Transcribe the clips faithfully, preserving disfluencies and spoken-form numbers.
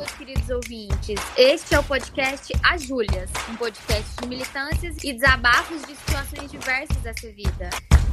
meus queridos ouvintes. Este é o podcast As Júlias, um podcast de militâncias e desabafos de situações diversas dessa vida.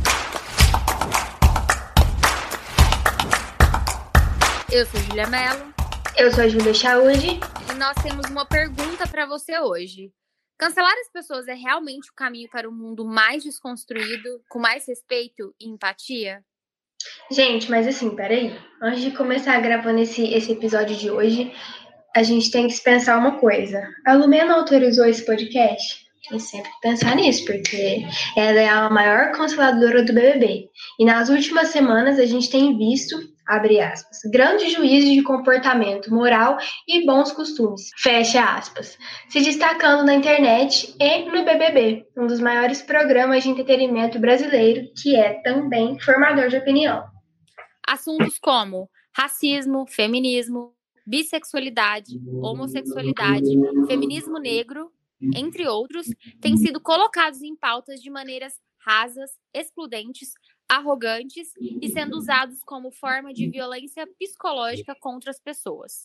Eu sou Júlia Mello. Eu sou a Júlia Chaude. E nós temos uma pergunta para você hoje. Cancelar as pessoas é realmente o caminho para um mundo mais desconstruído, com mais respeito e empatia? Gente, mas assim, peraí. Antes de começar gravando esse, esse episódio de hoje, a gente tem que se pensar uma coisa. A Lumena autorizou esse podcast? Tem sempre que pensar nisso, porque ela é a maior canceladora do B B B. E nas últimas semanas a gente tem visto, abre aspas, grandes juízes de comportamento moral e bons costumes, fecha aspas, se destacando na internet e no B B B, um dos maiores programas de entretenimento brasileiro, que é também formador de opinião. Assuntos como racismo, feminismo, bissexualidade, homossexualidade, feminismo negro, entre outros, têm sido colocados em pautas de maneiras rasas, excludentes, arrogantes e sendo usados como forma de violência psicológica contra as pessoas.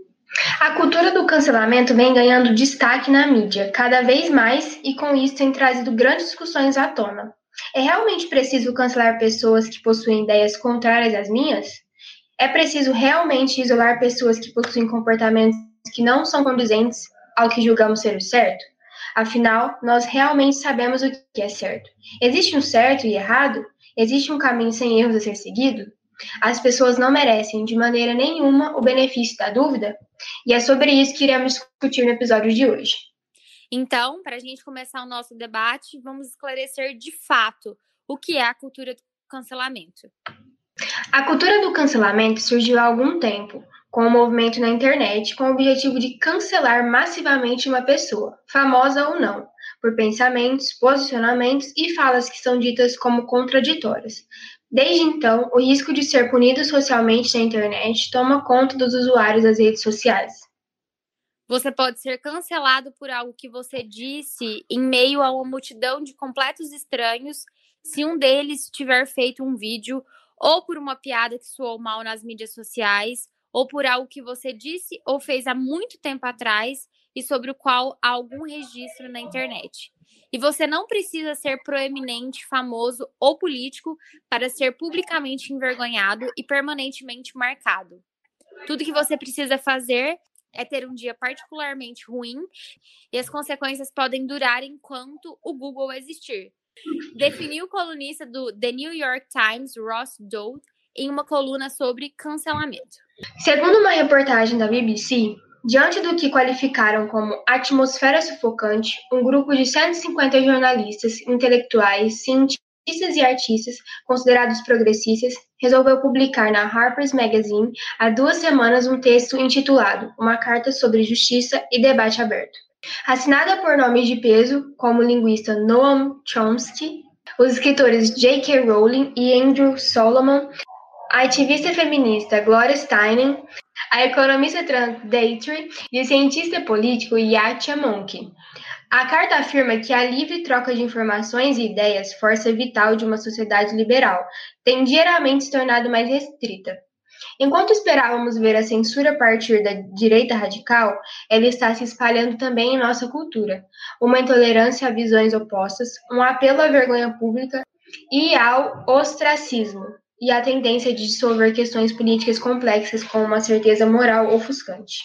A cultura do cancelamento vem ganhando destaque na mídia, cada vez mais, e com isso tem trazido grandes discussões à tona. É realmente preciso cancelar pessoas que possuem ideias contrárias às minhas? É preciso realmente isolar pessoas que possuem comportamentos que não são condizentes ao que julgamos ser o certo? Afinal, nós realmente sabemos o que é certo. Existe um certo e errado? Existe um caminho sem erros a ser seguido? As pessoas não merecem, de maneira nenhuma, o benefício da dúvida? E é sobre isso que iremos discutir no episódio de hoje. Então, para a gente começar o nosso debate, vamos esclarecer de fato o que é a cultura do cancelamento. A cultura do cancelamento surgiu há algum tempo, com um movimento na internet com o objetivo de cancelar massivamente uma pessoa, famosa ou não, por pensamentos, posicionamentos e falas que são ditas como contraditórias. Desde então, o risco de ser punido socialmente na internet toma conta dos usuários das redes sociais. Você pode ser cancelado por algo que você disse em meio a uma multidão de completos estranhos, se um deles tiver feito um vídeo, ou por uma piada que soou mal nas mídias sociais, ou por algo que você disse ou fez há muito tempo atrás e sobre o qual há algum registro na internet. E você não precisa ser proeminente, famoso ou político para ser publicamente envergonhado e permanentemente marcado. Tudo que você precisa fazer é ter um dia particularmente ruim e as consequências podem durar enquanto o Google existir. Definiu o colunista do The New York Times, Ross Douthat, em uma coluna sobre cancelamento. Segundo uma reportagem da B B C, diante do que qualificaram como atmosfera sufocante, um grupo de cento e cinquenta jornalistas, intelectuais, cientistas e artistas, considerados progressistas, resolveu publicar na Harper's Magazine há duas semanas um texto intitulado Uma Carta sobre Justiça e Debate Aberto. Assinada por nomes de peso, como o linguista Noam Chomsky, os escritores J K Rowling e Andrew Solomon, a ativista feminista Gloria Steinem, a economista trans Deirdre e o cientista político Yascha Mounk. A carta afirma que a livre troca de informações e ideias, força vital de uma sociedade liberal, tem diariamente se tornado mais restrita. Enquanto esperávamos ver a censura partir da direita radical, ela está se espalhando também em nossa cultura. Uma intolerância a visões opostas, um apelo à vergonha pública e ao ostracismo, e a tendência de dissolver questões políticas complexas com uma certeza moral ofuscante.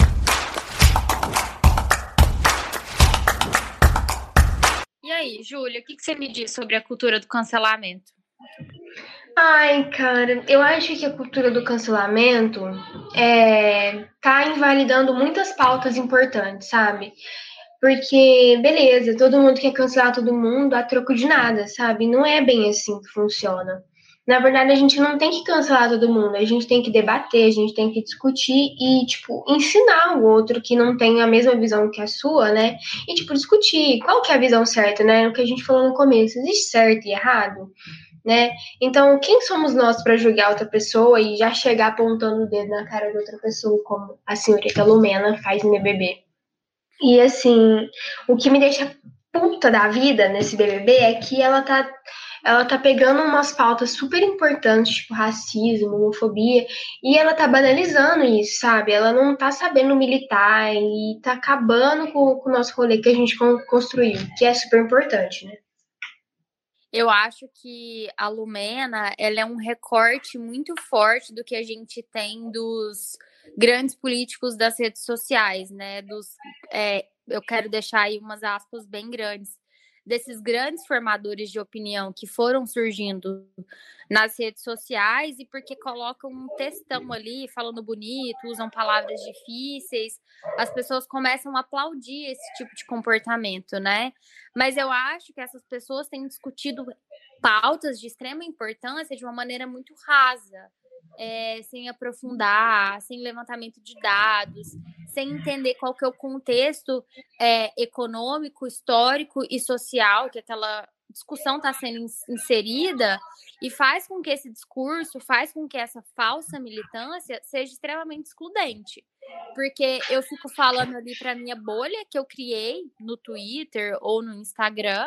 E aí, Júlia, o que você me diz sobre a cultura do cancelamento? Ai, cara, eu acho que a cultura do cancelamento é, tá invalidando muitas pautas importantes, sabe? Porque, beleza, todo mundo quer cancelar todo mundo a troco de nada, sabe? Não é bem assim que funciona. Na verdade, a gente não tem que cancelar todo mundo, a gente tem que debater, a gente tem que discutir e, tipo, ensinar o outro que não tem a mesma visão que a sua, né? E, tipo, discutir qual que é a visão certa, né? O que a gente falou no começo, existe certo e errado? Né? Então, quem somos nós para julgar outra pessoa e já chegar apontando o dedo na cara de outra pessoa, como a senhorita Lumena faz no B B B? E, assim, o que me deixa puta da vida nesse B B B é que ela tá ela tá pegando umas pautas super importantes, tipo racismo, homofobia, e ela tá banalizando isso, sabe? Ela não tá sabendo militar e tá acabando com, com o nosso rolê que a gente construiu, que é super importante, né? Eu acho que a Lumena, ela é um recorte muito forte do que a gente tem dos grandes políticos das redes sociais, né? Dos, é, eu quero deixar aí umas aspas bem grandes, desses grandes formadores de opinião que foram surgindo nas redes sociais e porque colocam um textão ali, falando bonito, usam palavras difíceis, as pessoas começam a aplaudir esse tipo de comportamento, né? Mas eu acho que essas pessoas têm discutido pautas de extrema importância de uma maneira muito rasa, é, sem aprofundar, sem levantamento de dados, sem entender qual que é o contexto é, econômico, histórico e social que aquela discussão está sendo inserida, e faz com que esse discurso, faz com que essa falsa militância seja extremamente excludente. Porque eu fico falando ali para minha bolha que eu criei no Twitter ou no Instagram,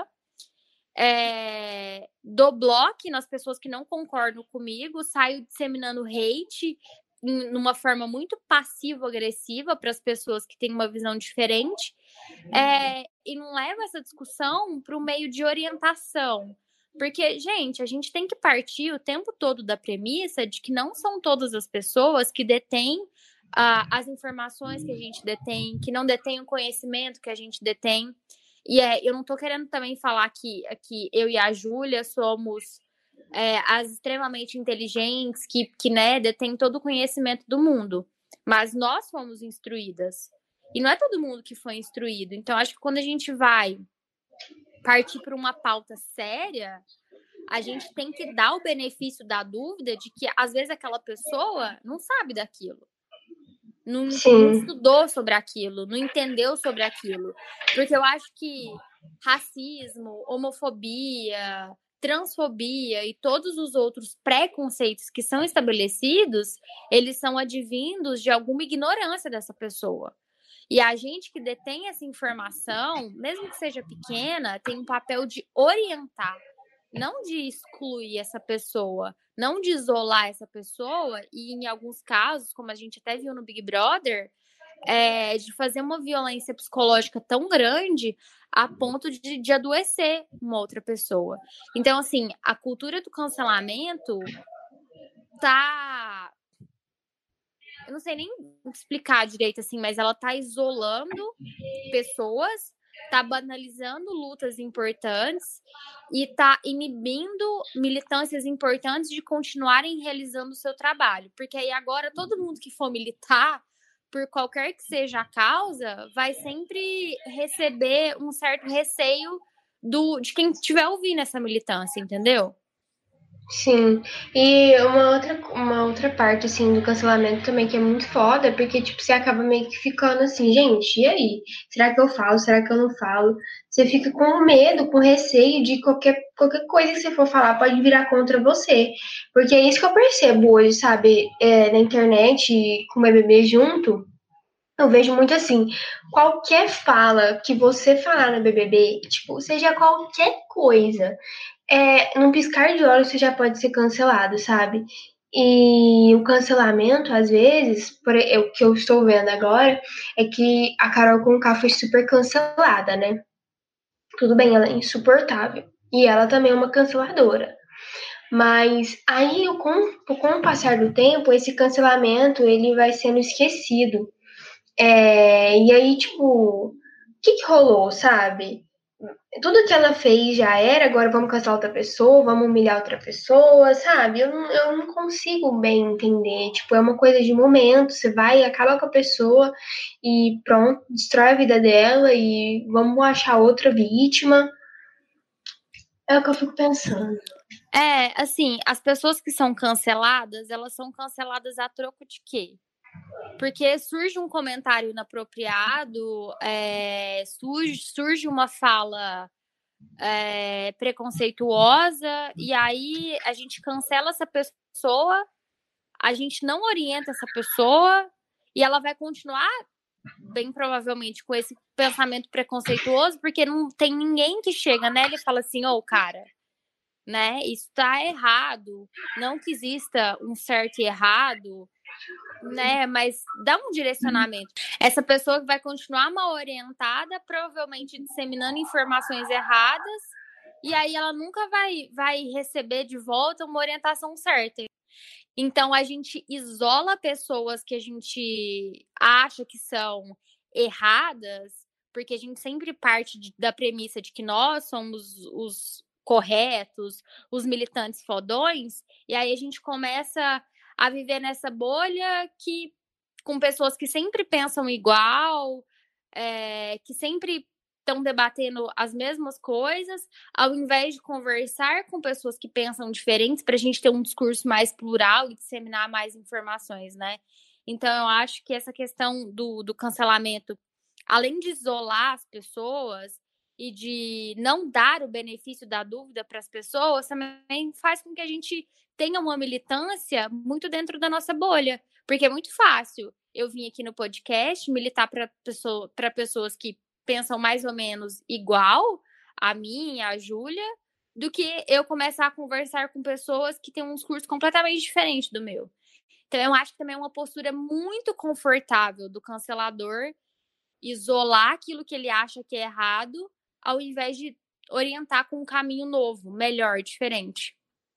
é, dou bloco nas pessoas que não concordam comigo, saio disseminando hate em, numa forma muito passivo-agressiva para as pessoas que têm uma visão diferente, é, e não leva essa discussão para o meio de orientação. Porque, gente, a gente tem que partir o tempo todo da premissa de que não são todas as pessoas que detêm uh, as informações que a gente detém, que não detêm o conhecimento que a gente detém. E é, eu não tô querendo também falar que, que eu e a Júlia somos é, as extremamente inteligentes, que, que né, detêm todo o conhecimento do mundo. Mas nós fomos instruídas. E não é todo mundo que foi instruído. Então, acho que quando a gente vai partir para uma pauta séria, a gente tem que dar o benefício da dúvida de que, às vezes, aquela pessoa não sabe daquilo. Não, não estudou sobre aquilo, não entendeu sobre aquilo. Porque eu acho que racismo, homofobia, transfobia e todos os outros preconceitos que são estabelecidos, eles são advindos de alguma ignorância dessa pessoa. E a gente que detém essa informação, mesmo que seja pequena, tem um papel de orientar, não de excluir essa pessoa, não de isolar essa pessoa, e em alguns casos, como a gente até viu no Big Brother, é, de fazer uma violência psicológica tão grande a ponto de, de adoecer uma outra pessoa. Então, assim, a cultura do cancelamento tá... Eu não sei nem explicar direito, assim, mas ela tá isolando pessoas, tá banalizando lutas importantes e tá inibindo militâncias importantes de continuarem realizando o seu trabalho. Porque aí agora todo mundo que for militar, por qualquer que seja a causa, vai sempre receber um certo receio do, de quem estiver ouvindo essa militância, entendeu? Sim, e uma outra, uma outra parte, assim, do cancelamento também que é muito foda, porque, tipo, você acaba meio que ficando assim, gente, e aí? Será que eu falo? Será que eu não falo? Você fica com medo, com receio de qualquer, qualquer coisa que você for falar pode virar contra você. Porque é isso que eu percebo hoje, sabe? É, na internet, com o B B B junto, eu vejo muito assim, qualquer fala que você falar no B B B, tipo, seja qualquer coisa, é, num piscar de olhos você já pode ser cancelado, sabe? E o cancelamento, às vezes, por, é, o que eu estou vendo agora, é que a Carol Conká foi super cancelada, né? Tudo bem, ela é insuportável. E ela também é uma canceladora. Mas aí, com, com o passar do tempo, esse cancelamento ele vai sendo esquecido. É, e aí, tipo, o que, que rolou, sabe? Tudo que ela fez já era, agora vamos cancelar outra pessoa, vamos humilhar outra pessoa, sabe? Eu não, eu não consigo bem entender. Tipo, é uma coisa de momento, você vai, acaba com a pessoa e pronto, destrói a vida dela e vamos achar outra vítima. É o que eu fico pensando. É, assim, as pessoas que são canceladas, elas são canceladas a troco de quê? Porque surge um comentário inapropriado, é, surge, surge uma fala é, preconceituosa, e aí a gente cancela essa pessoa, a gente não orienta essa pessoa, e ela vai continuar, bem provavelmente, com esse pensamento preconceituoso, porque não tem ninguém que chega nela e fala assim, ô, oh, cara, né? Isso tá errado. Não que exista um certo e errado, né? Mas dá um direcionamento. Essa pessoa que vai continuar mal orientada, provavelmente disseminando informações erradas, e aí ela nunca vai, vai receber de volta uma orientação certa. Então a gente isola pessoas que a gente acha que são erradas, porque a gente sempre parte de, da premissa de que nós somos os corretos, os militantes fodões, e aí a gente começa a viver nessa bolha que com pessoas que sempre pensam igual, é, que sempre estão debatendo as mesmas coisas, ao invés de conversar com pessoas que pensam diferentes, para a gente ter um discurso mais plural e disseminar mais informações, né? Então, eu acho que essa questão do, do cancelamento, além de isolar as pessoas e de não dar o benefício da dúvida para as pessoas, também faz com que a gente tenha uma militância muito dentro da nossa bolha, porque é muito fácil eu vim aqui no podcast militar para pessoa, para pessoas que pensam mais ou menos igual a mim, a Júlia, do que eu começar a conversar com pessoas que têm um discurso completamente diferente do meu. Então, eu acho que também é uma postura muito confortável do cancelador isolar aquilo que ele acha que é errado, ao invés de orientar com um caminho novo, melhor, diferente.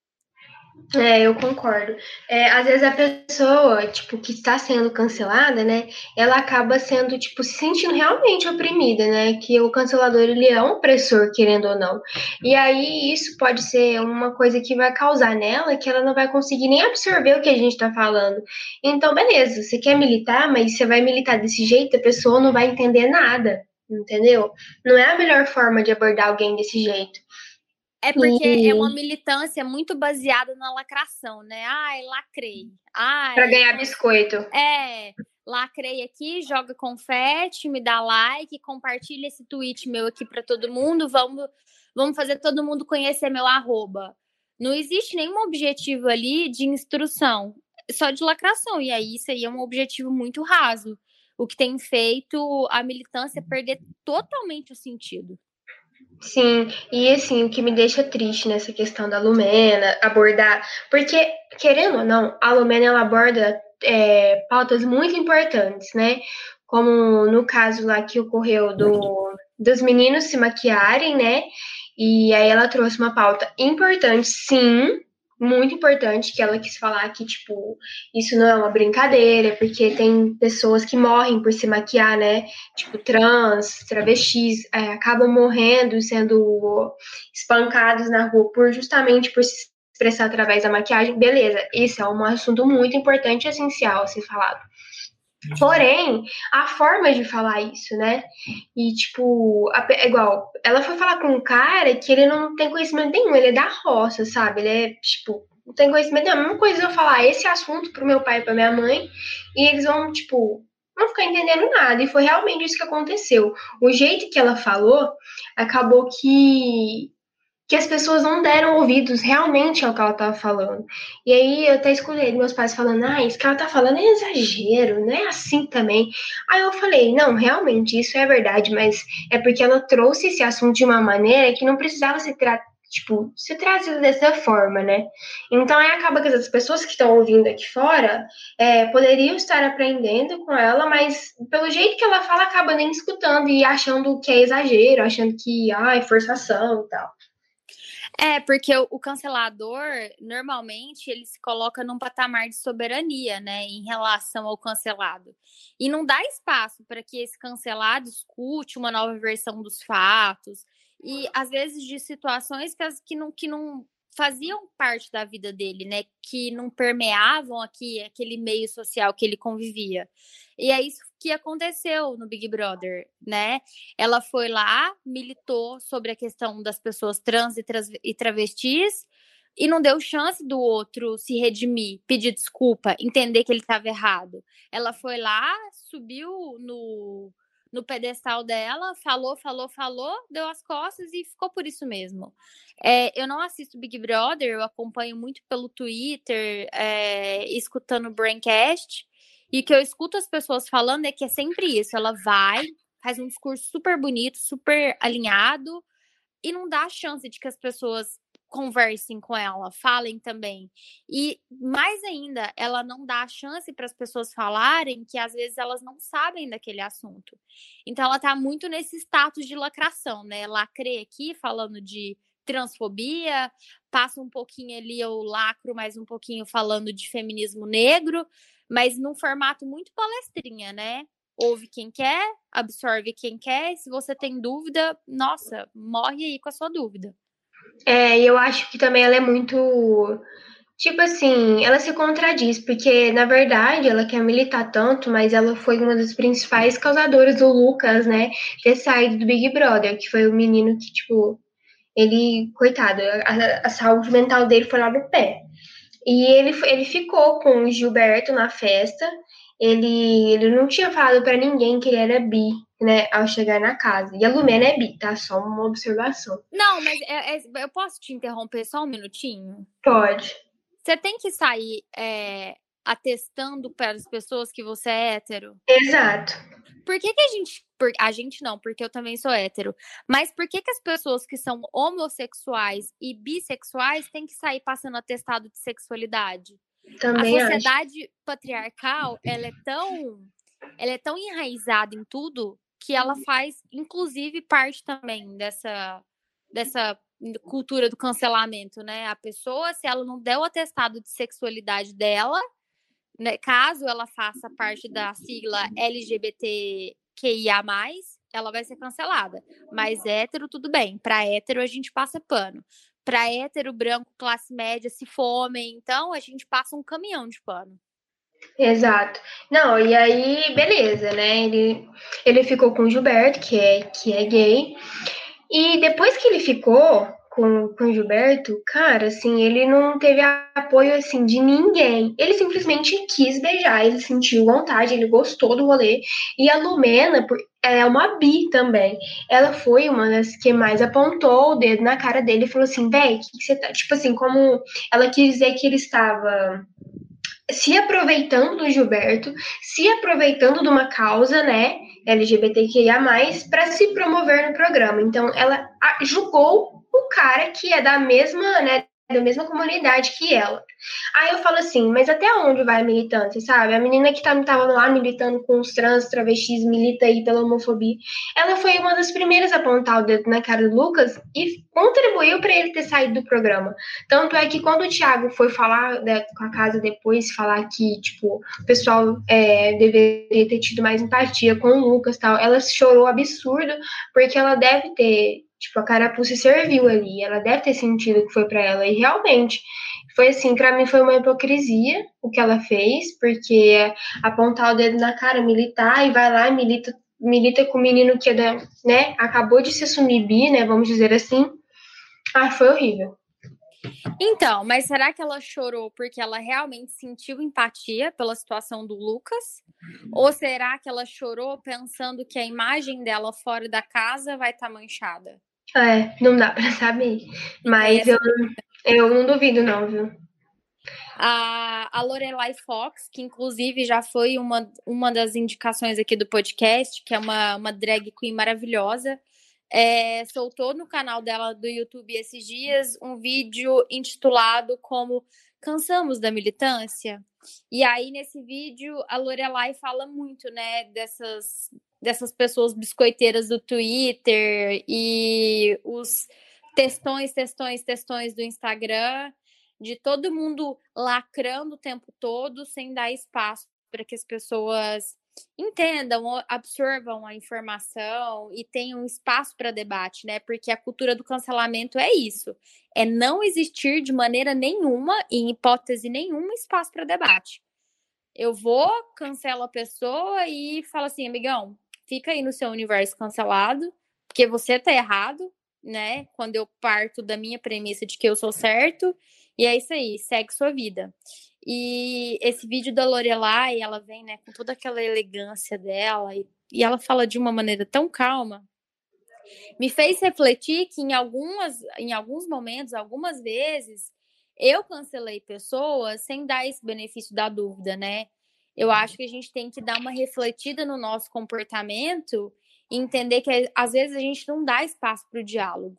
É, eu concordo. É, às vezes a pessoa, tipo, que está sendo cancelada, né, ela acaba sendo, tipo, se sentindo realmente oprimida, né, que o cancelador, ele é um opressor, querendo ou não. E aí isso pode ser uma coisa que vai causar nela que ela não vai conseguir nem absorver o que a gente está falando. Então, beleza, você quer militar, mas você vai militar desse jeito, a pessoa não vai entender nada, entendeu? Não é a melhor forma de abordar alguém desse jeito. É porque e... é uma militância muito baseada na lacração, né? Ai, lacrei. Ai, pra ganhar biscoito. É, lacrei aqui, joga confete, me dá like, compartilha esse tweet meu aqui pra todo mundo, vamos, vamos fazer todo mundo conhecer meu arroba. Não existe nenhum objetivo ali de instrução, só de lacração, e aí isso aí é um objetivo muito raso, o que tem feito a militância perder totalmente o sentido. Sim, e assim, o que me deixa triste nessa questão da Lumena abordar, porque, querendo ou não, a Lumena ela aborda é, pautas muito importantes, né? Como no caso lá que ocorreu do, dos meninos se maquiarem, né? E aí ela trouxe uma pauta importante, sim, muito importante, que ela quis falar que, tipo, isso não é uma brincadeira, porque tem pessoas que morrem por se maquiar, né? Tipo, trans, travestis, é, acabam morrendo e sendo espancados na rua por justamente por se expressar através da maquiagem. Beleza, isso é um assunto muito importante e essencial a ser falado. Porém, a forma de falar isso, né? E, tipo, a, é igual, ela foi falar com um cara que ele não tem conhecimento nenhum, ele é da roça, sabe? Ele é, tipo, não tem conhecimento nenhum. A mesma coisa eu falar esse assunto pro meu pai e pra minha mãe, e eles vão, tipo, não ficar entendendo nada. E foi realmente isso que aconteceu. O jeito que ela falou, acabou que que as pessoas não deram ouvidos realmente ao que ela estava falando. E aí eu até escutei meus pais falando, ah, isso que ela tá falando é exagero, não é assim também. Aí eu falei, não, realmente, isso é verdade, mas é porque ela trouxe esse assunto de uma maneira que não precisava ser tratado, tipo, ser trazido dessa forma, né? Então aí acaba que as pessoas que estão ouvindo aqui fora é, poderiam estar aprendendo com ela, mas pelo jeito que ela fala, acaba nem escutando e achando que é exagero, achando que, ah, é forçação e tal. É, porque o, o cancelador, normalmente, ele se coloca num patamar de soberania, né, em relação ao cancelado. E não dá espaço para que esse cancelado escute uma nova versão dos fatos. E, às vezes, de situações que, as, que, não, que não faziam parte da vida dele, né, que não permeavam aqui, aquele meio social que ele convivia. E é isso que aconteceu no Big Brother, né? Ela foi lá, militou sobre a questão das pessoas trans e, trans e travestis e não deu chance do outro se redimir, pedir desculpa, entender que ele estava errado. Ela foi lá, subiu no, no pedestal dela, falou, falou, falou, deu as costas e ficou por isso mesmo. É, eu não assisto Big Brother, eu acompanho muito pelo Twitter, é, escutando o Braincast. E o que eu escuto as pessoas falando é que é sempre isso. Ela vai, faz um discurso super bonito, super alinhado, e não dá a chance de que as pessoas conversem com ela, falem também. E mais ainda, ela não dá a chance para as pessoas falarem que às vezes elas não sabem daquele assunto. Então ela tá muito nesse status de lacração, né? Lacrei aqui falando de transfobia, passa um pouquinho ali eu lacro mais um pouquinho falando de feminismo negro, mas num formato muito palestrinha, né? Ouve quem quer, absorve quem quer, e se você tem dúvida, nossa, morre aí com a sua dúvida. É, e eu acho que também ela é muito. Tipo assim, ela se contradiz, porque na verdade ela quer militar tanto, mas ela foi uma das principais causadoras do Lucas, né, ter saído do Big Brother, que foi o menino que, tipo, ele, coitado, a, a saúde mental dele foi lá no pé. E ele, ele ficou com o Gilberto na festa. Ele, ele não tinha falado pra ninguém que ele era bi, né, ao chegar na casa. E a Lumena é bi, tá? Só uma observação. Não, mas é, é, eu posso te interromper só um minutinho? Pode. Você tem que sair é, atestando para as pessoas que você é hétero? Exato. Por que, que a gente. Por, a gente não, porque eu também sou hétero. Mas por que, que as pessoas que são homossexuais e bissexuais têm que sair passando atestado de sexualidade? Também A acho. sociedade patriarcal, ela é tão. Ela é tão enraizada em tudo que ela faz, inclusive, parte também dessa, dessa cultura do cancelamento, né? A pessoa, se ela não der o atestado de sexualidade dela, né, caso ela faça parte da sigla L G B T Q I A mais, ela vai ser cancelada. Mas hétero, tudo bem. Para hétero, a gente passa pano. Para hétero, branco, classe média, se for homem, então, a gente passa um caminhão de pano. Exato. Não, e aí, beleza, né? Ele, ele ficou com o Gilberto, que é, que é gay. E depois que ele ficou com, com o Gilberto, cara, assim, ele não teve apoio, assim, de ninguém. Ele simplesmente quis beijar, ele sentiu vontade, ele gostou do rolê. E a Lumena, ela é uma bi também. Ela foi uma das que mais apontou o dedo na cara dele e falou assim, véi, que, que você tá... Tipo assim, como ela quis dizer que ele estava se aproveitando do Gilberto, se aproveitando de uma causa, né, L G B T Q I A mais, para se promover no programa. Então, ela julgou o cara que é da mesma, né, da mesma comunidade que ela. Aí eu falo assim, mas até onde vai a militância, sabe? A menina que tá, tava lá militando com os trans, travestis, milita aí pela homofobia. Ela foi uma das primeiras a apontar o dedo na cara do Lucas e contribuiu para ele ter saído do programa. Tanto é que quando o Thiago foi falar, né, com a casa depois, falar que, tipo, o pessoal é, deveria ter tido mais empatia com o Lucas e tal, ela chorou absurdo, porque ela deve ter, tipo, a carapuça serviu ali, ela deve ter sentido que foi para ela, e realmente, foi assim, para mim foi uma hipocrisia o que ela fez, porque apontar o dedo na cara, militar, e vai lá e milita, milita com o menino que, né, acabou de se assumir bi, né, vamos dizer assim. Ah, foi horrível. Então, mas será que ela chorou porque ela realmente sentiu empatia pela situação do Lucas? Ou será que ela chorou pensando que a imagem dela fora da casa vai estar tá manchada? É, não dá pra saber. Mas eu, eu não duvido, não, viu? A, a Lorelai Fox, que inclusive já foi uma, uma das indicações aqui do podcast, que é uma, uma drag queen maravilhosa, é, soltou no canal dela do YouTube esses dias um vídeo intitulado como Cansamos da Militância. E aí, nesse vídeo, a Lorelai fala muito, né, dessas, dessas pessoas biscoiteiras do Twitter e os textões, textões, textões do Instagram, de todo mundo lacrando o tempo todo, sem dar espaço para que as pessoas entendam, absorvam a informação e tenham espaço para debate, né? Porque a cultura do cancelamento é isso, é não existir de maneira nenhuma, em hipótese nenhuma, espaço para debate. Eu vou, cancelo a pessoa e falo assim, amigão, fica aí no seu universo cancelado, porque você tá errado, né? Quando eu parto da minha premissa de que eu sou certo, e é isso aí, segue sua vida. E esse vídeo da Lorelai, ela vem, né, com toda aquela elegância dela, e, e ela fala de uma maneira tão calma, me fez refletir que em, algumas, em alguns momentos, algumas vezes, eu cancelei pessoas sem dar esse benefício da dúvida, né? Eu acho que a gente tem que dar uma refletida no nosso comportamento e entender que às vezes a gente não dá espaço para o diálogo.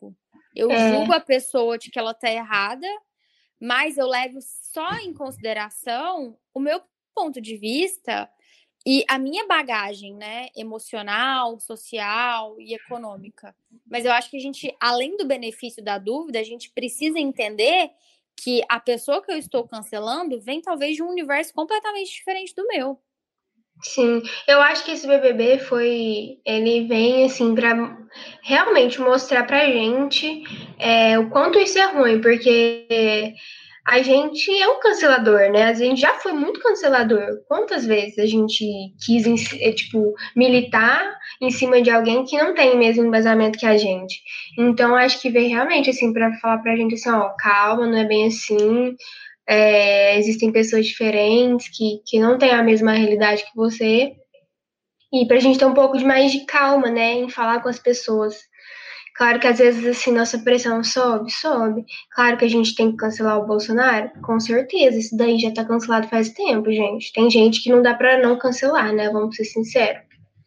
Eu É, julgo a pessoa de que ela tá errada, mas eu levo só em consideração o meu ponto de vista e a minha bagagem, né, emocional, social e econômica. Mas eu acho que a gente, além do benefício da dúvida, a gente precisa entender que a pessoa que eu estou cancelando vem talvez de um universo completamente diferente do meu. sim. Eu acho que esse B B B foi, ele vem assim para realmente mostrar pra gente é, o quanto isso é ruim, porque a gente é um cancelador, né? A gente já foi muito cancelador. Quantas vezes a gente quis, é, tipo, militar em cima de alguém que não tem o mesmo embasamento que a gente? Então, acho que veio realmente, assim, para falar pra gente assim, ó, calma, não é bem assim. É, existem pessoas diferentes que, que não têm a mesma realidade que você. E pra gente ter um pouco de mais de calma, né, em falar com as pessoas. Claro que às vezes assim nossa pressão sobe, sobe. Claro que a gente tem que cancelar o Bolsonaro, com certeza. Isso daí já tá cancelado faz tempo, gente. Tem gente que não dá pra não cancelar, né? Vamos ser sinceros.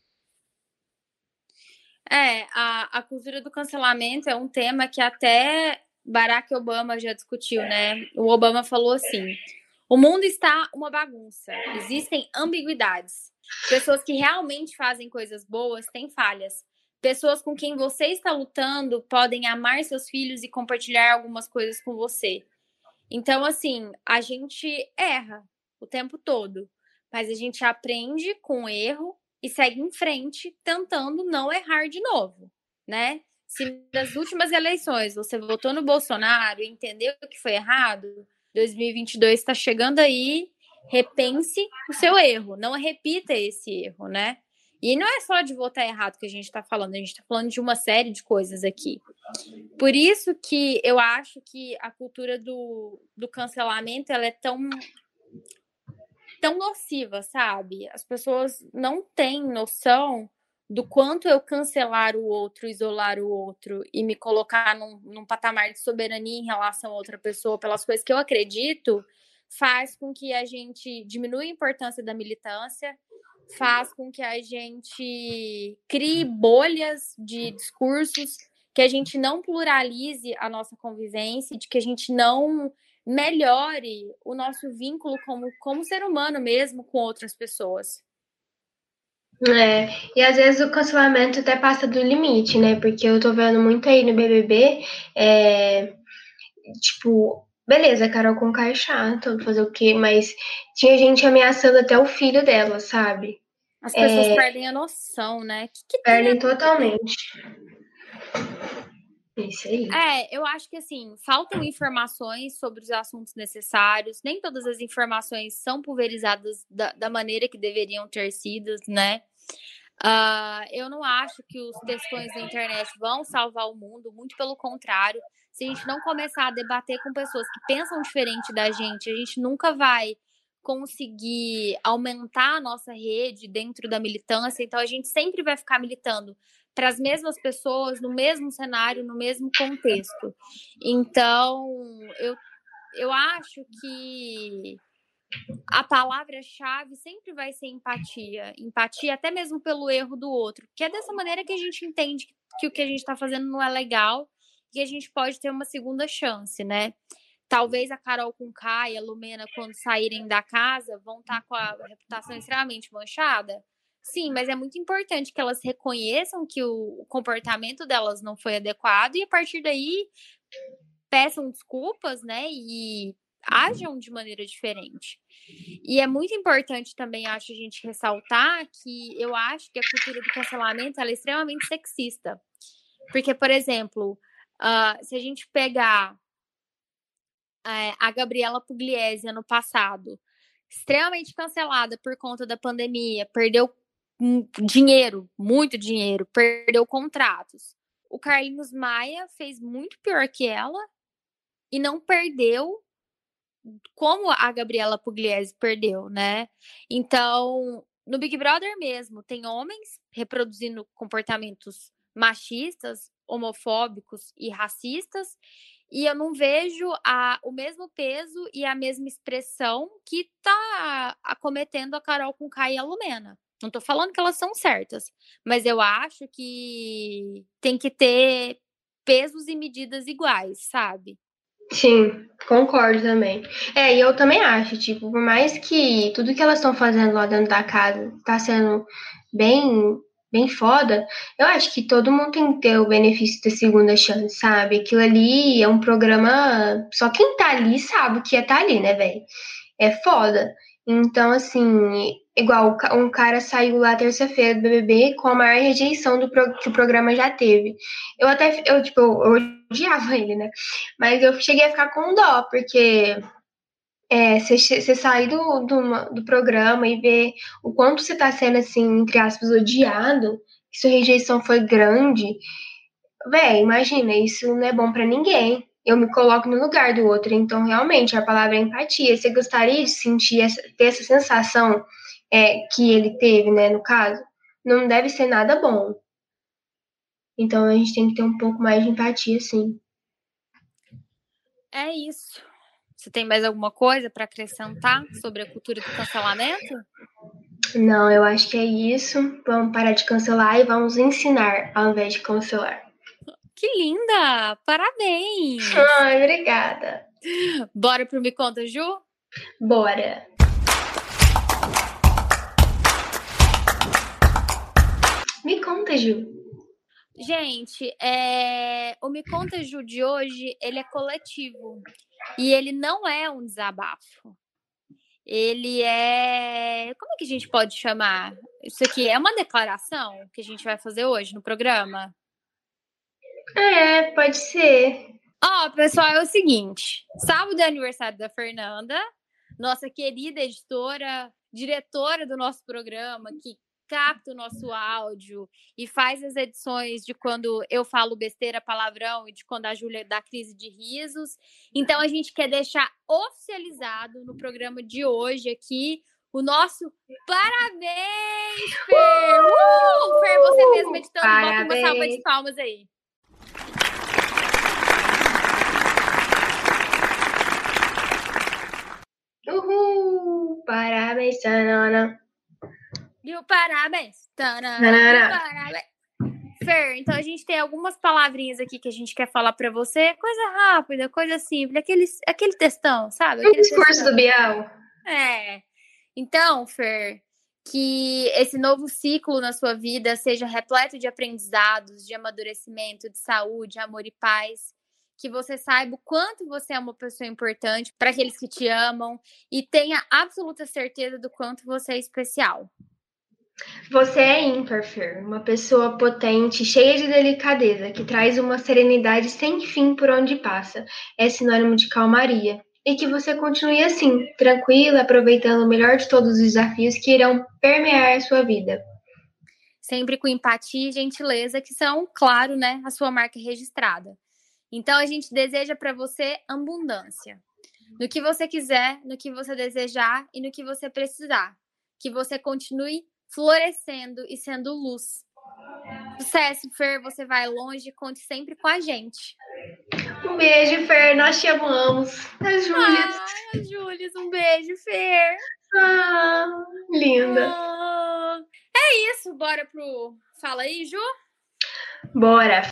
É, a, a cultura do cancelamento é um tema que até Barack Obama já discutiu, né? O Obama falou assim: o mundo está uma bagunça, existem ambiguidades. Pessoas que realmente fazem coisas boas têm falhas. Pessoas com quem você está lutando podem amar seus filhos e compartilhar algumas coisas com você. Então, assim, a gente erra o tempo todo, mas a gente aprende com o erro e segue em frente, tentando não errar de novo, né? Se nas últimas eleições você votou no Bolsonaro e entendeu que foi errado, dois mil e vinte e dois está chegando aí, repense o seu erro, não repita esse erro, né? E não é só de votar errado que a gente está falando, a gente está falando de uma série de coisas aqui. Por isso que eu acho que a cultura do, do cancelamento ela é tão, tão nociva, sabe? As pessoas não têm noção do quanto eu cancelar o outro, isolar o outro e me colocar num, num patamar de soberania em relação a outra pessoa pelas coisas que eu acredito, faz com que a gente diminua a importância da militância, faz com que a gente crie bolhas de discursos, que a gente não pluralize a nossa convivência, de que a gente não melhore o nosso vínculo como, como ser humano mesmo com outras pessoas. É, e às vezes o cancelamento até passa do limite, né? Porque eu tô vendo muito aí no B B B, é, tipo, beleza, a Carol Conká é chata, fazer o quê? Mas tinha gente ameaçando até o filho dela, sabe? As pessoas perdem a noção, né? O que, que tem a Perdem totalmente. Isso aí. É, eu acho que assim, faltam informações sobre os assuntos necessários, nem todas as informações são pulverizadas da, da maneira que deveriam ter sido, né? Uh, eu não acho que os textões da internet vão salvar o mundo, muito pelo contrário. Se a gente não começar a debater com pessoas que pensam diferente da gente, a gente nunca vai conseguir aumentar a nossa rede dentro da militância, então a gente sempre vai ficar militando para as mesmas pessoas, no mesmo cenário, no mesmo contexto. Então, eu, eu acho que a palavra-chave sempre vai ser empatia. Empatia até mesmo pelo erro do outro. Que é dessa maneira que a gente entende que o que a gente está fazendo não é legal e a gente pode ter uma segunda chance, né? Talvez a Carol Conká e a Lumena, quando saírem da casa, vão estar tá com a reputação extremamente manchada. Sim, mas é muito importante que elas reconheçam que o comportamento delas não foi adequado e a partir daí peçam desculpas, né? E ajam de maneira diferente. E é muito importante também, acho, a gente ressaltar que eu acho que a cultura do cancelamento ela é extremamente sexista. Porque, por exemplo, uh, se a gente pegar uh, a Gabriela Pugliese ano passado, extremamente cancelada por conta da pandemia, perdeu dinheiro, muito dinheiro, perdeu contratos. O Carlinhos Maia fez muito pior que ela e não perdeu como a Gabriela Pugliese perdeu, né? Então, no Big Brother mesmo, tem homens reproduzindo comportamentos machistas, homofóbicos e racistas, e eu não vejo a, o mesmo peso e a mesma expressão que tá acometendo a Carol Conká e a Lumena. Não tô falando que elas são certas, mas eu acho que tem que ter pesos e medidas iguais, sabe? Sim, concordo também. É, e eu também acho, tipo, por mais que tudo que elas estão fazendo lá dentro da casa tá sendo bem, bem foda, eu acho que todo mundo tem que ter o benefício da segunda chance, sabe? Aquilo ali é um programa. Só quem tá ali sabe o que é tá ali, né, velho? É foda. Então, assim, igual um cara saiu lá terça-feira do B B B com a maior rejeição do pro, que o programa já teve. Eu até, eu, tipo, eu odiava ele, né? Mas eu cheguei a ficar com dó, porque é, você sair do, do, do programa e ver o quanto você tá sendo, assim, entre aspas, odiado, que sua rejeição foi grande, véi, imagina, isso não é bom pra ninguém. Eu me coloco no lugar do outro, então realmente a palavra é empatia. Você gostaria de sentir essa, ter essa sensação é, que ele teve, né, no caso? Não deve ser nada bom. Então a gente tem que ter um pouco mais de empatia, sim. É isso. Você tem mais alguma coisa para acrescentar sobre a cultura do cancelamento? Não, eu acho que é isso. Vamos parar de cancelar e vamos ensinar ao invés de cancelar. Que linda! Parabéns! Ai, obrigada. Bora pro Me Conta, Ju? Bora. Me conta, Ju. Gente, é... o Me Conta, Ju de hoje, ele é coletivo. E ele não é um desabafo. Ele é... Como é que a gente pode chamar? Isso aqui é uma declaração que a gente vai fazer hoje no programa? É, pode ser. Ó, pessoal, é o seguinte. Sábado é aniversário da Fernanda, nossa querida editora, diretora do nosso programa, que capta o nosso áudio e faz as edições de quando eu falo besteira, palavrão e de quando a Júlia dá crise de risos. Então a gente quer deixar oficializado no programa de hoje aqui o nosso parabéns, Fer! Uh! Fer, você mesmo editando, bota uma salva de palmas aí. Uhul! Parabéns, Tanana. E o parabéns. Tanana, Tanana. parabéns. Fer, então a gente tem algumas palavrinhas aqui que a gente quer falar pra você. Coisa rápida, coisa simples. Aquele, aquele textão, sabe? Um Aquele discurso textão. do Bial. É. Então, Fer, que esse novo ciclo na sua vida seja repleto de aprendizados, de amadurecimento, de saúde, amor e paz. Que você saiba o quanto você é uma pessoa importante para aqueles que te amam e tenha absoluta certeza do quanto você é especial. Você é ímpar, Fer, uma pessoa potente, cheia de delicadeza, que traz uma serenidade sem fim por onde passa. É sinônimo de calmaria. E que você continue assim, tranquila, aproveitando o melhor de todos os desafios que irão permear a sua vida. Sempre com empatia e gentileza, que são, claro, né, a sua marca registrada. Então, a gente deseja para você abundância. No que você quiser, no que você desejar e no que você precisar. Que você continue florescendo e sendo luz. Sucesso, Fer, você vai longe, conte sempre com a gente. Um beijo, Fer, nós te amamos. As Júlias. Ah, Júlias, um beijo, Fer. Ah, linda. Ah, é isso, bora pro... Fala aí, Ju. Bora.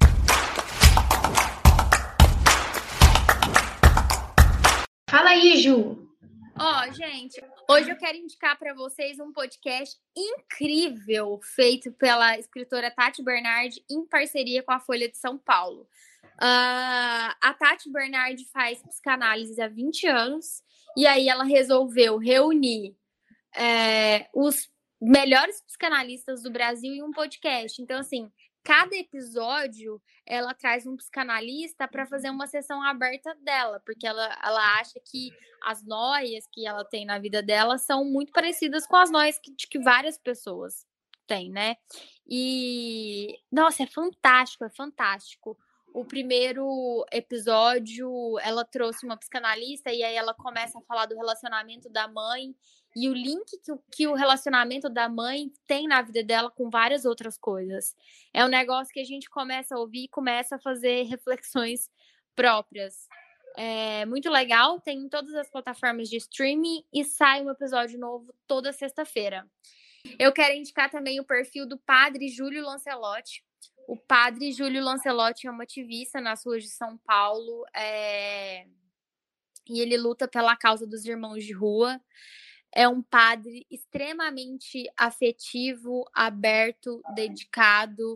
Fala aí, Ju. Ó, oh, gente, hoje eu quero indicar para vocês um podcast incrível feito pela escritora Tati Bernardi em parceria com a Folha de São Paulo. Uh, a Tati Bernardi faz psicanálise há vinte anos e aí ela resolveu reunir é, os melhores psicanalistas do Brasil em um podcast. Então, assim, cada episódio ela traz um psicanalista para fazer uma sessão aberta dela, porque ela, ela acha que as noias que ela tem na vida dela são muito parecidas com as noias que, que várias pessoas têm, né? E, nossa, é fantástico, é fantástico. O primeiro episódio, ela trouxe uma psicanalista e aí ela começa a falar do relacionamento da mãe e o link que, que o relacionamento da mãe tem na vida dela com várias outras coisas. É um negócio que a gente começa a ouvir e começa a fazer reflexões próprias. É muito legal, tem em todas as plataformas de streaming e sai um episódio novo toda sexta-feira. Eu quero indicar também o perfil do Padre Júlio Lancelotti. O padre Júlio Lancelotti é um ativista nas ruas de São Paulo, é... e ele luta pela causa dos irmãos de rua. É um padre extremamente afetivo, aberto, dedicado,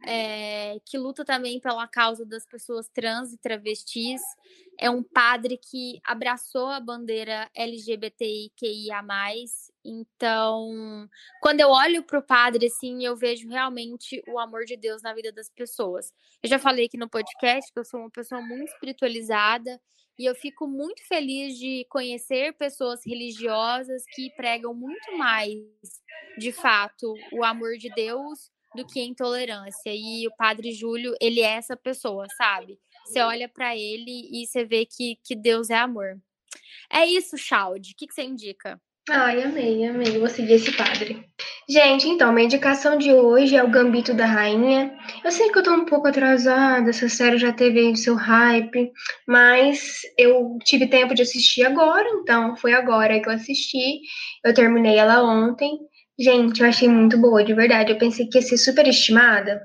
é... que luta também pela causa das pessoas trans e travestis. É um padre que abraçou a bandeira L G B T I Q I A mais. Então, quando eu olho para o padre, assim, eu vejo realmente o amor de Deus na vida das pessoas. Eu já falei aqui no podcast que eu sou uma pessoa muito espiritualizada e eu fico muito feliz de conhecer pessoas religiosas que pregam muito mais, de fato, o amor de Deus do que a intolerância. E o padre Júlio, ele é essa pessoa, sabe? Você olha para ele e você vê que, que Deus é amor. É isso, Chalde. O que, que você indica? Ai, amei, amei. Vou seguir esse padre. Gente, então, minha indicação de hoje é o Gambito da Rainha. Eu sei que eu tô um pouco atrasada, essa série já teve aí o seu hype, mas eu tive tempo de assistir agora, então foi agora que eu assisti. Eu terminei ela ontem. Gente, eu achei muito boa, de verdade. Eu pensei que ia ser superestimada,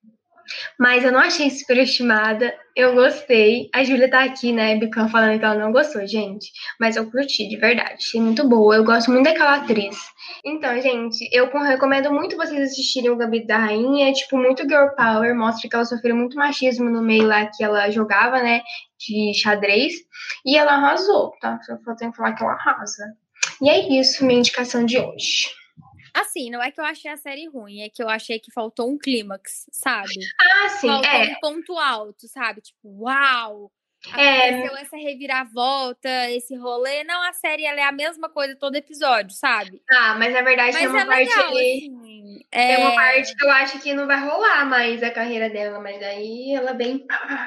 mas eu não achei superestimada, eu gostei. A Júlia tá aqui, né, Bican, falando que ela não gostou, gente. Mas eu curti, de verdade. Achei muito boa. Eu gosto muito daquela atriz. Então, gente, eu recomendo muito vocês assistirem o Gambito da Rainha. É, tipo, muito girl power. Mostra que ela sofreu muito machismo no meio lá que ela jogava, né, de xadrez. E ela arrasou, tá? Só tenho que falar que ela arrasa. E é isso, minha indicação de hoje. Assim, não é que eu achei a série ruim, é que eu achei que faltou um clímax, sabe? Ah, sim, faltou é. um ponto alto, sabe? Tipo, uau! Aconteceu é... essa reviravolta, esse rolê. Não, a série ela é a mesma coisa todo episódio, sabe? Ah, mas na verdade mas tem uma é parte legal, ali. Assim, é... Tem uma parte que eu acho que não vai rolar mais a carreira dela, mas aí ela bem.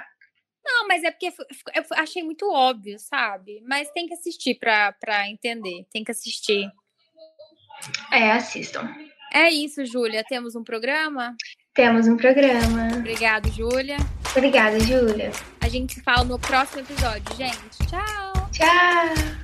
Não, mas é porque eu achei muito óbvio, sabe? Mas tem que assistir pra, pra entender. Tem que assistir. É, assistam. É isso, Júlia. Temos um programa? Temos um programa. Obrigada, Júlia. Obrigada, Júlia. A gente se fala no próximo episódio, gente. Tchau! Tchau!